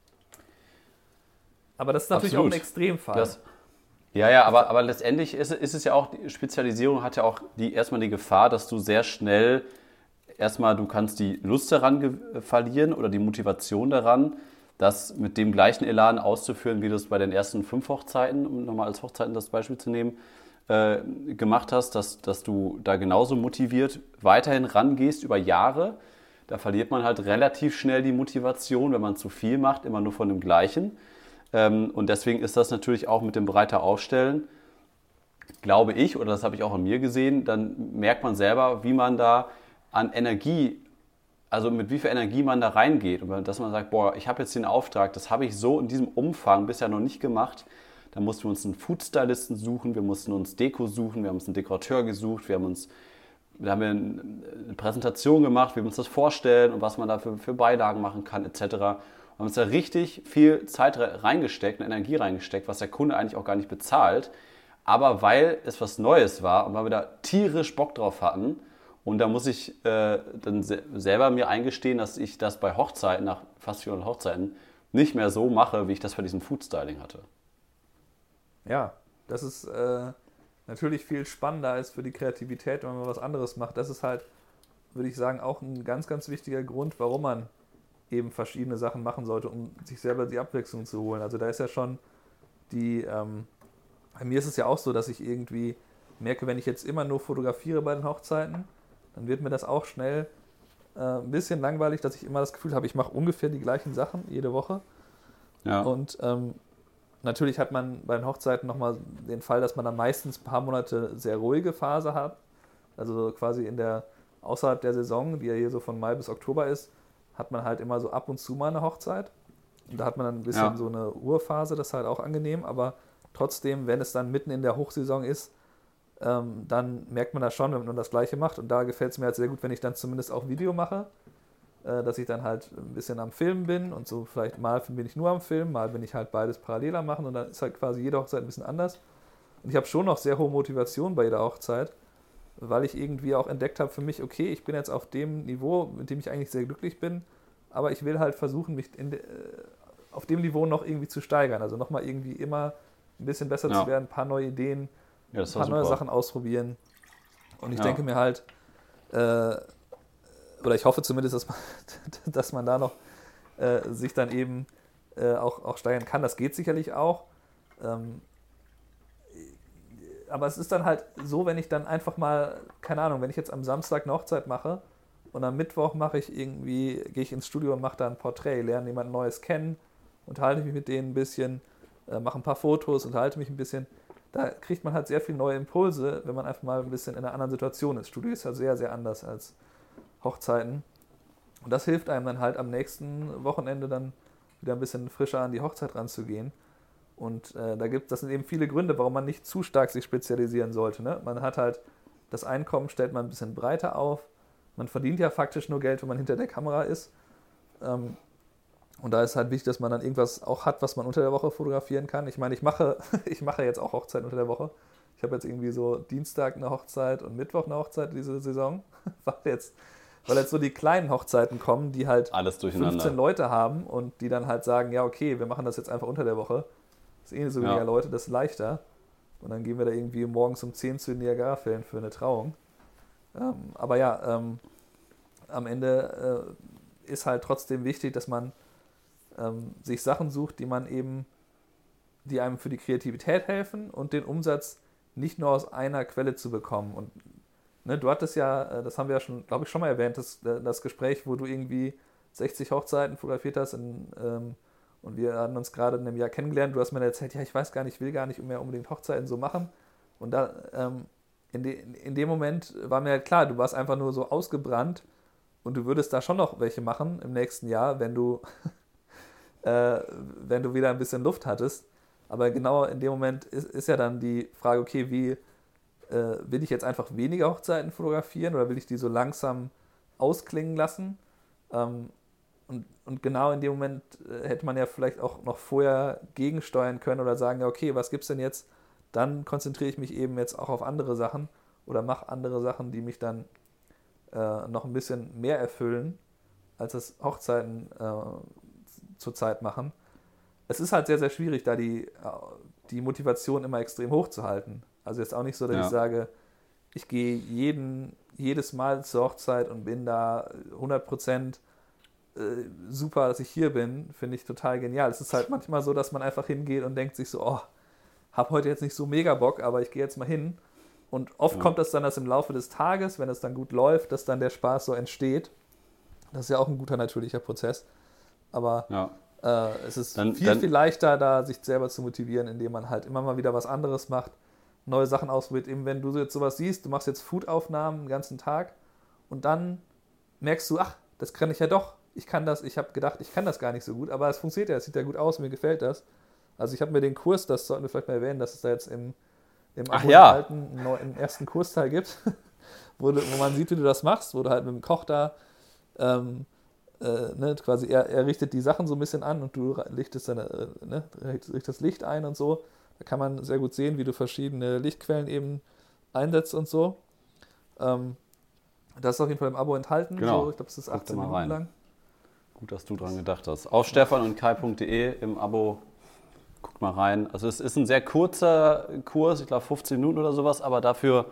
Aber das ist natürlich Absolut. auch ein Extremfall. Das, ja, ja, aber, aber letztendlich ist, ist es ja auch, die Spezialisierung hat ja auch die, erstmal die Gefahr, dass du sehr schnell, erstmal du kannst die Lust daran ge- verlieren oder die Motivation daran, das mit dem gleichen Elan auszuführen, wie du es bei den ersten fünf Hochzeiten, um nochmal als Hochzeiten das Beispiel zu nehmen, äh, gemacht hast, dass, dass du da genauso motiviert weiterhin rangehst über Jahre. Da verliert man halt relativ schnell die Motivation, wenn man zu viel macht, immer nur von dem Gleichen. Ähm, und deswegen ist das natürlich auch mit dem breiter Aufstellen, glaube ich, oder das habe ich auch an mir gesehen, dann merkt man selber, wie man da an Energie, also mit wie viel Energie man da reingeht. Und dass man sagt, boah, ich habe jetzt den Auftrag, das habe ich so in diesem Umfang bisher noch nicht gemacht. Da mussten wir uns einen Foodstylisten suchen, wir mussten uns Deko suchen, wir haben uns einen Dekorateur gesucht, wir haben uns da haben wir eine Präsentation gemacht, wie wir uns das vorstellen und was man da für, für Beilagen machen kann, et cetera. Wir haben uns da richtig viel Zeit reingesteckt und Energie reingesteckt, was der Kunde eigentlich auch gar nicht bezahlt. Aber weil es was Neues war und weil wir da tierisch Bock drauf hatten, und da muss ich äh, dann se- selber mir eingestehen, dass ich das bei Hochzeiten, nach fast vierhundert Hochzeiten, nicht mehr so mache, wie ich das bei diesem Foodstyling hatte. Ja, das ist äh, natürlich viel spannender als für die Kreativität, wenn man was anderes macht. Das ist halt, würde ich sagen, auch ein ganz, ganz wichtiger Grund, warum man eben verschiedene Sachen machen sollte, um sich selber die Abwechslung zu holen. Also da ist ja schon die, ähm, bei mir ist es ja auch so, dass ich irgendwie merke, wenn ich jetzt immer nur fotografiere bei den Hochzeiten, dann wird mir das auch schnell äh, ein bisschen langweilig, dass ich immer das Gefühl habe, ich mache ungefähr die gleichen Sachen jede Woche. Ja. Und ähm, natürlich hat man bei den Hochzeiten nochmal den Fall, dass man dann meistens ein paar Monate sehr ruhige Phase hat. Also quasi in der, außerhalb der Saison, die ja hier so von Mai bis Oktober ist, hat man halt immer so ab und zu mal eine Hochzeit. Und da hat man dann ein bisschen Ja. so eine Ruhephase, das ist halt auch angenehm, aber trotzdem, wenn es dann mitten in der Hochsaison ist, ähm, dann merkt man das schon, wenn man das Gleiche macht. Und da gefällt es mir halt sehr gut, wenn ich dann zumindest auch Video mache, äh, dass ich dann halt ein bisschen am Filmen bin und so vielleicht mal bin ich nur am Filmen, mal bin ich halt beides parallel am machen und dann ist halt quasi jede Hochzeit ein bisschen anders. Und ich habe schon noch sehr hohe Motivation bei jeder Hochzeit, weil ich irgendwie auch entdeckt habe für mich, okay, ich bin jetzt auf dem Niveau, mit dem ich eigentlich sehr glücklich bin, aber ich will halt versuchen, mich in de, äh, auf dem Niveau noch irgendwie zu steigern. Also nochmal irgendwie immer ein bisschen besser Ja. zu werden, ein paar neue Ideen, Ja, das ein paar war neue super. Sachen ausprobieren. Und ich Ja. denke mir halt, äh, oder ich hoffe zumindest, dass man, dass man da noch äh, sich dann eben äh, auch, auch steigern kann. Das geht sicherlich auch. Ähm, aber es ist dann halt so, wenn ich dann einfach mal, keine Ahnung, wenn ich jetzt am Samstag eine Hochzeit mache und am Mittwoch mache ich irgendwie, gehe ich ins Studio und mache da ein Porträt, lerne jemand Neues kennen, unterhalte mich mit denen ein bisschen, äh, mache ein paar Fotos, unterhalte mich ein bisschen. Da kriegt man halt sehr viele neue Impulse, wenn man einfach mal ein bisschen in einer anderen Situation ist. Studio ist ja sehr, sehr anders als Hochzeiten. Und das hilft einem dann halt am nächsten Wochenende dann wieder ein bisschen frischer an die Hochzeit ranzugehen. Und äh, da gibt das sind eben viele Gründe, warum man nicht zu stark sich spezialisieren sollte. Ne? Man hat halt das Einkommen, stellt man ein bisschen breiter auf. Man verdient ja faktisch nur Geld, wenn man hinter der Kamera ist. Ähm, und da ist halt wichtig, dass man dann irgendwas auch hat, was man unter der Woche fotografieren kann. Ich meine, ich mache, ich mache jetzt auch Hochzeiten unter der Woche. Ich habe jetzt irgendwie so Dienstag eine Hochzeit und Mittwoch eine Hochzeit diese Saison. Weil jetzt, weil jetzt so die kleinen Hochzeiten kommen, die halt Alles durcheinander. fünfzehn Leute haben und die dann halt sagen, ja okay, wir machen das jetzt einfach unter der Woche. Das ist eh so weniger Ja. Leute, das ist leichter. Und dann gehen wir da irgendwie morgens um zehn zu den Niagara-Fällen für eine Trauung. Ähm, aber ja, ähm, am Ende äh, ist halt trotzdem wichtig, dass man ähm, sich Sachen sucht, die man eben, die einem für die Kreativität helfen und den Umsatz nicht nur aus einer Quelle zu bekommen. Und ne, du hattest ja, das haben wir ja schon, glaube ich, schon mal erwähnt, das, das Gespräch, wo du irgendwie sechzig Hochzeiten fotografiert hast in, ähm, und wir hatten uns gerade in einem Jahr kennengelernt. Du hast mir erzählt, ja, ich weiß gar nicht, ich will gar nicht mehr unbedingt Hochzeiten so machen. Und da, ähm, in, de, in dem Moment war mir halt klar, du warst einfach nur so ausgebrannt und du würdest da schon noch welche machen im nächsten Jahr, wenn du, äh, wenn du wieder ein bisschen Luft hattest. Aber genau in dem Moment ist, ist ja dann die Frage, okay, wie äh, will ich jetzt einfach weniger Hochzeiten fotografieren oder will ich die so langsam ausklingen lassen? Ähm, und, und genau in dem Moment äh, hätte man ja vielleicht auch noch vorher gegensteuern können oder sagen, ja, okay, was gibt's denn jetzt? Dann konzentriere ich mich eben jetzt auch auf andere Sachen oder mache andere Sachen, die mich dann äh, noch ein bisschen mehr erfüllen, als es Hochzeiten äh, zurzeit machen. Es ist halt sehr, sehr schwierig, da die, die Motivation immer extrem hoch zu halten. Also jetzt auch nicht so, dass Ja. ich sage, ich gehe jeden, jedes Mal zur Hochzeit und bin da hundert Prozent äh, super, dass ich hier bin, finde ich total genial. Es ist halt manchmal so, dass man einfach hingeht und denkt sich so, oh, hab heute jetzt nicht so mega Bock, aber ich gehe jetzt mal hin. Und oft Ja. kommt das dann, dass im Laufe des Tages, wenn es dann gut läuft, dass dann der Spaß so entsteht. Das ist ja auch ein guter natürlicher Prozess. Aber Ja. äh, es ist Dann- viel, dann- viel leichter, da sich selber zu motivieren, indem man halt immer mal wieder was anderes macht, neue Sachen ausprobiert. Eben wenn du jetzt sowas siehst, du machst jetzt Food-Aufnahmen den ganzen Tag und dann merkst du, ach, das kann ich ja doch. Ich kann das, ich habe gedacht, ich kann das gar nicht so gut, aber es funktioniert ja, es sieht ja gut aus, mir gefällt das. Also ich habe mir den Kurs, das sollten wir vielleicht mal erwähnen, dass es da jetzt im, im Ach Abo ja. enthalten einen, neu- einen ersten Kursteil gibt, wo, du, wo man sieht, wie du das machst, wo du halt mit dem Koch da ähm, äh, ne, quasi, er, er richtet die Sachen so ein bisschen an und du richtest, deine, äh, ne, richtest das Licht ein und so. Da kann man sehr gut sehen, wie du verschiedene Lichtquellen eben einsetzt und so. Ähm, das ist auf jeden Fall im Abo enthalten. Genau. So, ich glaube, es ist Guck da achtzehn mal Minuten rein. lang. Gut, dass du dran gedacht hast. Auf stefan und kai punkt de im Abo. Guckt mal rein. Also es ist ein sehr kurzer Kurs, ich glaube fünfzehn Minuten oder sowas, aber dafür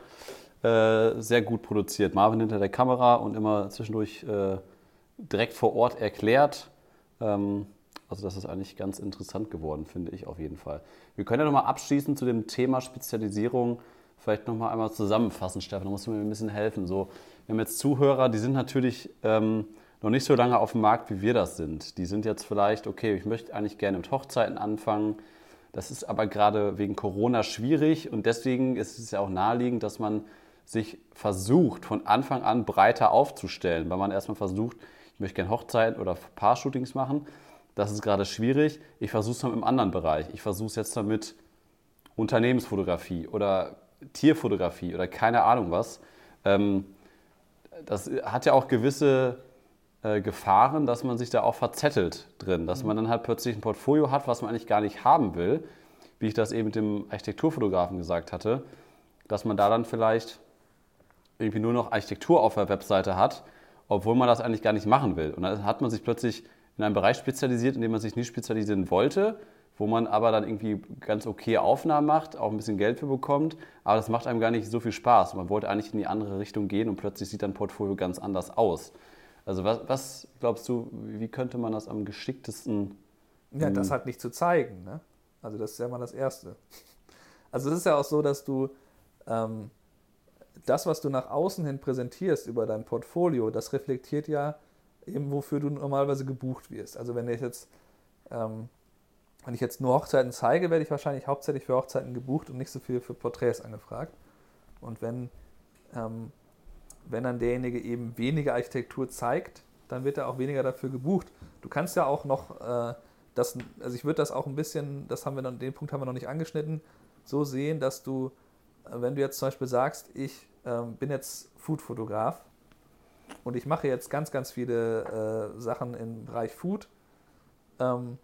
äh, sehr gut produziert. Marvin hinter der Kamera und immer zwischendurch äh, direkt vor Ort erklärt. Ähm, also das ist eigentlich ganz interessant geworden, finde ich auf jeden Fall. Wir können ja nochmal abschließend zu dem Thema Spezialisierung vielleicht nochmal einmal zusammenfassen, Stefan. Da musst du mir ein bisschen helfen. So, wir haben jetzt Zuhörer, die sind natürlich ähm, noch nicht so lange auf dem Markt, wie wir das sind. Die sind jetzt vielleicht, okay, ich möchte eigentlich gerne mit Hochzeiten anfangen. Das ist aber gerade wegen Corona schwierig und deswegen ist es ja auch naheliegend, dass man sich versucht, von Anfang an breiter aufzustellen, weil man erstmal versucht, ich möchte gerne Hochzeiten oder Paar-Shootings machen. Das ist gerade schwierig. Ich versuche es mal im anderen Bereich. Ich versuche es jetzt damit Unternehmensfotografie oder Tierfotografie oder keine Ahnung was. Ähm, das hat ja auch gewisse äh, Gefahren, dass man sich da auch verzettelt drin, dass man dann halt plötzlich ein Portfolio hat, was man eigentlich gar nicht haben will, wie ich das eben mit dem Architekturfotografen gesagt hatte, dass man da dann vielleicht irgendwie nur noch Architektur auf der Webseite hat, obwohl man das eigentlich gar nicht machen will. Und dann hat man sich plötzlich in einem Bereich spezialisiert, in dem man sich nicht spezialisieren wollte, wo man aber dann irgendwie ganz okay Aufnahmen macht, auch ein bisschen Geld für bekommt, aber das macht einem gar nicht so viel Spaß. Man wollte eigentlich in die andere Richtung gehen und plötzlich sieht dein Portfolio ganz anders aus. Also was, was glaubst du, wie könnte man das am geschicktesten... Ja, das halt nicht zu zeigen, ne? Also das ist ja mal das Erste. Also es ist ja auch so, dass du ähm, das, was du nach außen hin präsentierst über dein Portfolio, das reflektiert ja eben, wofür du normalerweise gebucht wirst. Also wenn ich jetzt, ähm, wenn ich jetzt nur Hochzeiten zeige, werde ich wahrscheinlich hauptsächlich für Hochzeiten gebucht und nicht so viel für Porträts angefragt. Und wenn, ähm, wenn dann derjenige eben weniger Architektur zeigt, dann wird er auch weniger dafür gebucht. Du kannst ja auch noch, äh, das, also ich würde das auch ein bisschen, das haben wir noch, den Punkt haben wir noch nicht angeschnitten, so sehen, dass du, äh, wenn du jetzt zum Beispiel sagst, ich ähm, bin jetzt Food-Fotograf und ich mache jetzt ganz, ganz viele äh, Sachen im Bereich Food, ähm,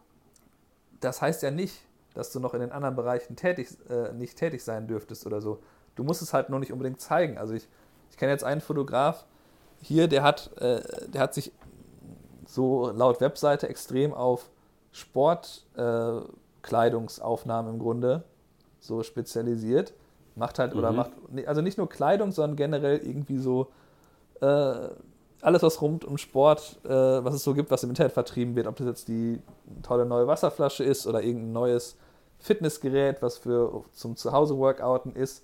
das heißt ja nicht, dass du noch in den anderen Bereichen tätig, äh, nicht tätig sein dürftest oder so. Du musst es halt nur nicht unbedingt zeigen. Also ich, ich kenne jetzt einen Fotograf hier, der hat, äh, der hat sich so laut Webseite extrem auf Sportkleidungsaufnahmen äh, im Grunde so spezialisiert. Macht halt, mhm. oder macht, also nicht nur Kleidung, sondern generell irgendwie so äh, alles, was rund um Sport, äh, was es so gibt, was im Internet vertrieben wird, ob das jetzt die tolle neue Wasserflasche ist oder irgendein neues Fitnessgerät, was für zum Zuhause-Workouten ist.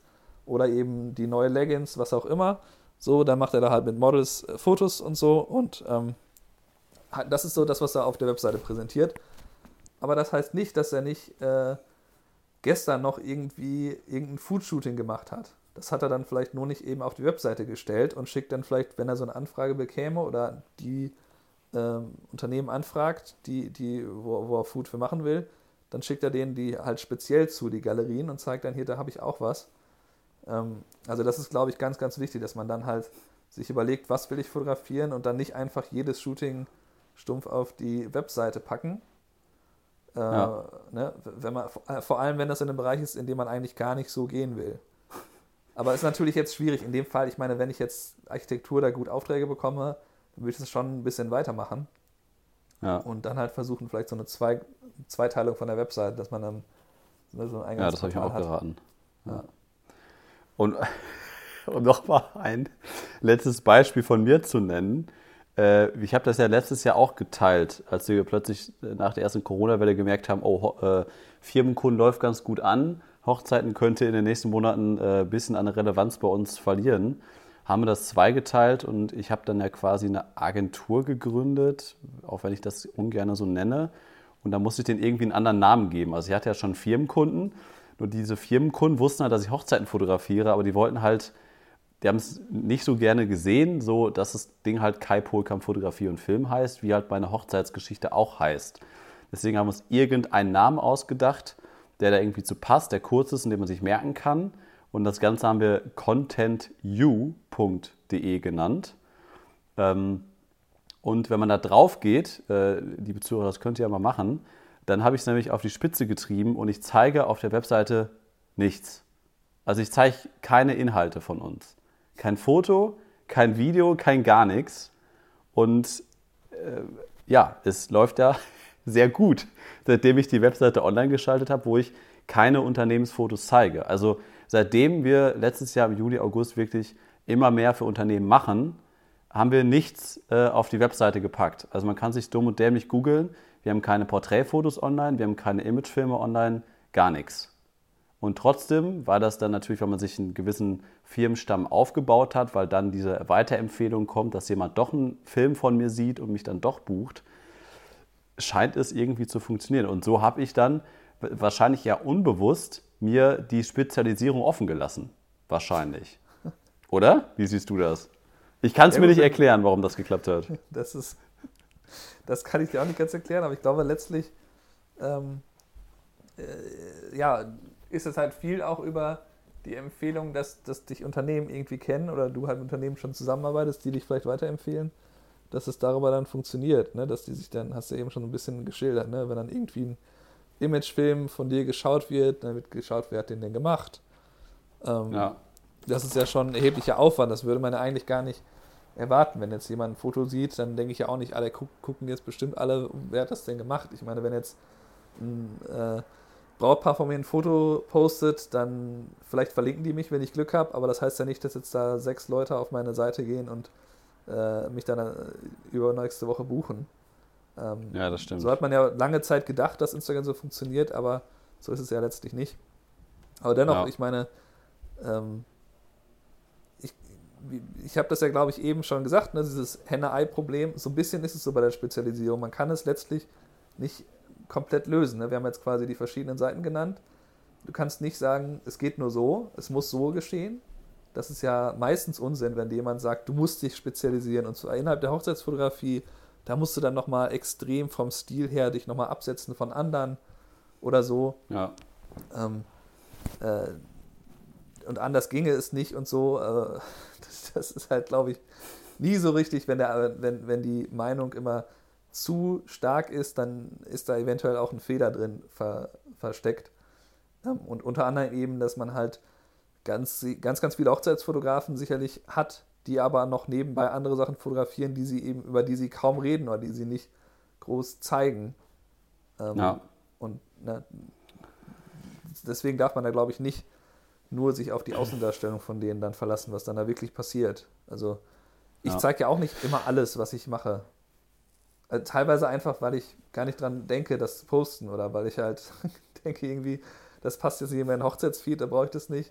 oder eben die neue Leggings, was auch immer. So, dann macht er da halt mit Models äh, Fotos und so und ähm, das ist so das, was er auf der Webseite präsentiert. Aber das heißt nicht, dass er nicht äh, gestern noch irgendwie irgendein Food-Shooting gemacht hat. Das hat er dann vielleicht nur nicht eben auf die Webseite gestellt und schickt dann vielleicht, wenn er so eine Anfrage bekäme oder die ähm, Unternehmen anfragt, die, die, wo, wo er Food für machen will, dann schickt er denen die halt speziell zu, die Galerien, und zeigt dann, hier, da habe ich auch was. Ähm, also das ist, glaube ich, ganz, ganz wichtig, dass man dann halt sich überlegt, was will ich fotografieren und dann nicht einfach jedes Shooting stumpf auf die Webseite packen. Äh, Ja. ne, wenn man, vor allem, wenn das in einem Bereich ist, in dem man eigentlich gar nicht so gehen will. Aber es ist natürlich jetzt schwierig. In dem Fall, ich meine, wenn ich jetzt Architektur da gut Aufträge bekomme, dann würde ich das schon ein bisschen weitermachen. Ja. Und dann halt versuchen, vielleicht so eine Zwei Zweiteilung von der Website, dass man dann ne, so ein Ja, das habe ich mir auch hat. geraten. Ja. Ja. Und um nochmal ein letztes Beispiel von mir zu nennen. Äh, ich habe das ja letztes Jahr auch geteilt, als wir plötzlich nach der ersten Corona-Welle gemerkt haben, oh, äh, Firmenkunden läuft ganz gut an, Hochzeiten könnte in den nächsten Monaten ein äh, bisschen an Relevanz bei uns verlieren. Haben wir das zweigeteilt und ich habe dann ja quasi eine Agentur gegründet, auch wenn ich das ungern so nenne. Und da musste ich denen irgendwie einen anderen Namen geben. Also ich hatte ja schon Firmenkunden, nur diese Firmenkunden wussten halt, dass ich Hochzeiten fotografiere, aber die wollten halt, die haben es nicht so gerne gesehen, so dass das Ding halt Kai Polkamp Fotografie und Film heißt, wie halt meine Hochzeitsgeschichte auch heißt. Deswegen haben wir uns irgendeinen Namen ausgedacht, der da irgendwie zu passt, der kurz ist und den man sich merken kann. Und das Ganze haben wir content u punkt de genannt. Und wenn man da drauf geht, liebe Zuhörer, das könnt ihr ja mal machen, dann habe ich es nämlich auf die Spitze getrieben und ich zeige auf der Webseite nichts. Also ich zeige keine Inhalte von uns. Kein Foto, kein Video, kein gar nichts. Und äh, ja, es läuft ja sehr gut, seitdem ich die Webseite online geschaltet habe, wo ich keine Unternehmensfotos zeige. Also seitdem wir letztes Jahr im Juli, August wirklich immer mehr für Unternehmen machen, haben wir nichts äh, auf die Webseite gepackt. Also man kann sich dumm und dämlich googeln. Wir haben keine Porträtfotos online, wir haben keine Imagefilme online, gar nichts. Und trotzdem war das dann natürlich, wenn man sich einen gewissen Firmenstamm aufgebaut hat, weil dann diese Weiterempfehlung kommt, dass jemand doch einen Film von mir sieht und mich dann doch bucht, scheint es irgendwie zu funktionieren. Und so habe ich dann wahrscheinlich ja unbewusst mir die Spezialisierung offen gelassen. Wahrscheinlich. Oder? Wie siehst du das? Ich kann es mir nicht erklären, warum das geklappt hat. Das ist, das kann ich dir auch nicht ganz erklären, aber ich glaube letztlich, ähm, äh, ja, ist es halt viel auch über die Empfehlung, dass, dass dich Unternehmen irgendwie kennen oder du halt mit Unternehmen schon zusammenarbeitest, die dich vielleicht weiterempfehlen, dass es darüber dann funktioniert, ne? Dass die sich dann, hast du eben schon ein bisschen geschildert, ne? Wenn dann irgendwie ein Imagefilm von dir geschaut wird, dann wird geschaut, wer hat den denn gemacht. Ähm, ja. Das ist ja schon ein erheblicher Aufwand, das würde man ja eigentlich gar nicht erwarten. Wenn jetzt jemand ein Foto sieht, dann denke ich ja auch nicht, alle gucken jetzt bestimmt alle, wer hat das denn gemacht. Ich meine, wenn jetzt ein äh, Brautpaar von mir ein Foto postet, dann vielleicht verlinken die mich, wenn ich Glück habe, aber das heißt ja nicht, dass jetzt da sechs Leute auf meine Seite gehen und äh, mich dann äh, übernächste Woche buchen. Ähm, ja, das stimmt. So hat man ja lange Zeit gedacht, dass Instagram so funktioniert, aber so ist es ja letztlich nicht. Aber dennoch, ja. ich meine, ähm, ich, ich habe das ja, glaube ich, eben schon gesagt, ne, dieses Henne-Ei-Problem, so ein bisschen ist es so bei der Spezialisierung. Man kann es letztlich nicht komplett lösen. Ne? Wir haben jetzt quasi die verschiedenen Seiten genannt. Du kannst nicht sagen, es geht nur so, es muss so geschehen. Das ist ja meistens Unsinn, wenn dir jemand sagt, du musst dich spezialisieren. Und so innerhalb der Hochzeitsfotografie, da musst du dann nochmal extrem vom Stil her dich nochmal absetzen von anderen oder so. Ja. Ähm, äh, und anders ginge es nicht und so. Äh, das, das ist halt, glaube ich, nie so richtig, wenn, der, wenn, wenn die Meinung immer zu stark ist, dann ist da eventuell auch ein Fehler drin ver, versteckt. Ähm, und unter anderem eben, dass man halt ganz, ganz, ganz viele Hochzeitsfotografen sicherlich hat, die aber noch nebenbei andere Sachen fotografieren, die sie eben, über die sie kaum reden oder die sie nicht groß zeigen. Ähm, ja. Und na, deswegen darf man da, glaube ich, nicht nur sich auf die Außendarstellung von denen dann verlassen, was dann da wirklich passiert. Also ich ja. zeige ja auch nicht immer alles, was ich mache. Also teilweise einfach, weil ich gar nicht dran denke, das zu posten oder weil ich halt denke irgendwie, das passt jetzt nicht in meinen Hochzeitsfeed, da brauche ich das nicht.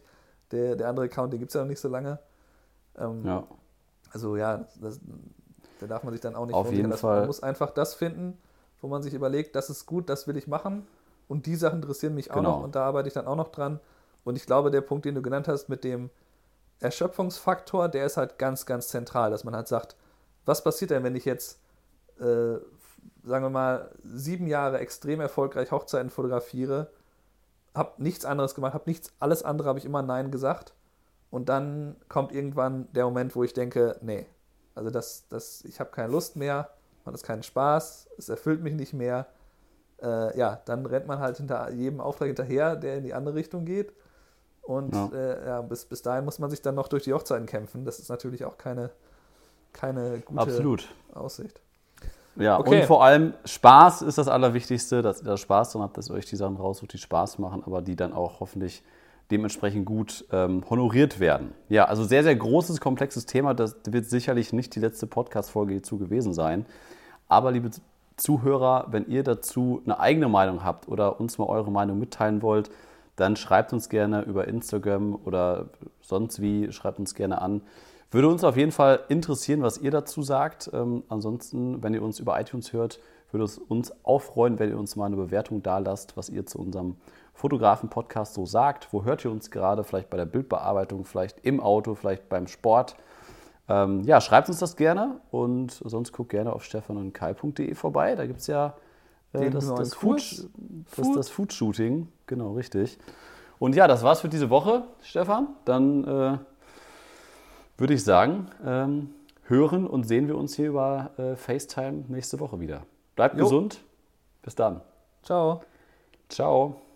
Der, der andere Account, den gibt es ja noch nicht so lange. Ähm, Ja. Also ja, das, da darf man sich dann auch nicht Auf verunsichern jeden lassen. Fall. Man muss einfach das finden, wo man sich überlegt, das ist gut, das will ich machen. Und die Sachen interessieren mich auch Genau. noch und da arbeite ich dann auch noch dran. Und ich glaube, der Punkt, den du genannt hast mit dem Erschöpfungsfaktor, der ist halt ganz, ganz zentral, dass man halt sagt, was passiert denn, wenn ich jetzt, äh, sagen wir mal, sieben Jahre extrem erfolgreich Hochzeiten fotografiere, habe nichts anderes gemacht, habe nichts, alles andere habe ich immer Nein gesagt. Und dann kommt irgendwann der Moment, wo ich denke, nee, also das, das, ich habe keine Lust mehr, macht es keinen Spaß, es erfüllt mich nicht mehr. Äh, ja, dann rennt man halt hinter jedem Auftrag hinterher, der in die andere Richtung geht. Und Ja. Äh, ja, bis, bis dahin muss man sich dann noch durch die Hochzeiten kämpfen. Das ist natürlich auch keine, keine gute Absolut. Aussicht. Ja, Okay. und vor allem Spaß ist das Allerwichtigste, dass ihr da Spaß dran habt, dass ihr euch die Sachen raussucht, die Spaß machen, aber die dann auch hoffentlich dementsprechend gut ähm, honoriert werden. Ja, also sehr, sehr großes, komplexes Thema. Das wird sicherlich nicht die letzte Podcast-Folge hierzu gewesen sein. Aber liebe Zuhörer, wenn ihr dazu eine eigene Meinung habt oder uns mal eure Meinung mitteilen wollt, dann schreibt uns gerne über Instagram oder sonst wie, schreibt uns gerne an. Würde uns auf jeden Fall interessieren, was ihr dazu sagt. Ähm, ansonsten, wenn ihr uns über iTunes hört, würde es uns auch freuen, wenn ihr uns mal eine Bewertung da lasst, was ihr zu unserem Fotografen-Podcast so sagt. Wo hört ihr uns gerade? Vielleicht bei der Bildbearbeitung, vielleicht im Auto, vielleicht beim Sport. Ähm, ja, schreibt uns das gerne und sonst guckt gerne auf stefan und kai punkt de vorbei. Da gibt es ja äh, Den das, neuen das, Kurs. Food, das, das Food-Shooting. Genau, richtig. Und ja, das war's für diese Woche, Stefan. Dann äh, würde ich sagen, ähm, hören und sehen wir uns hier über äh, FaceTime nächste Woche wieder. Bleibt Jo. gesund. Bis dann. Ciao. Ciao.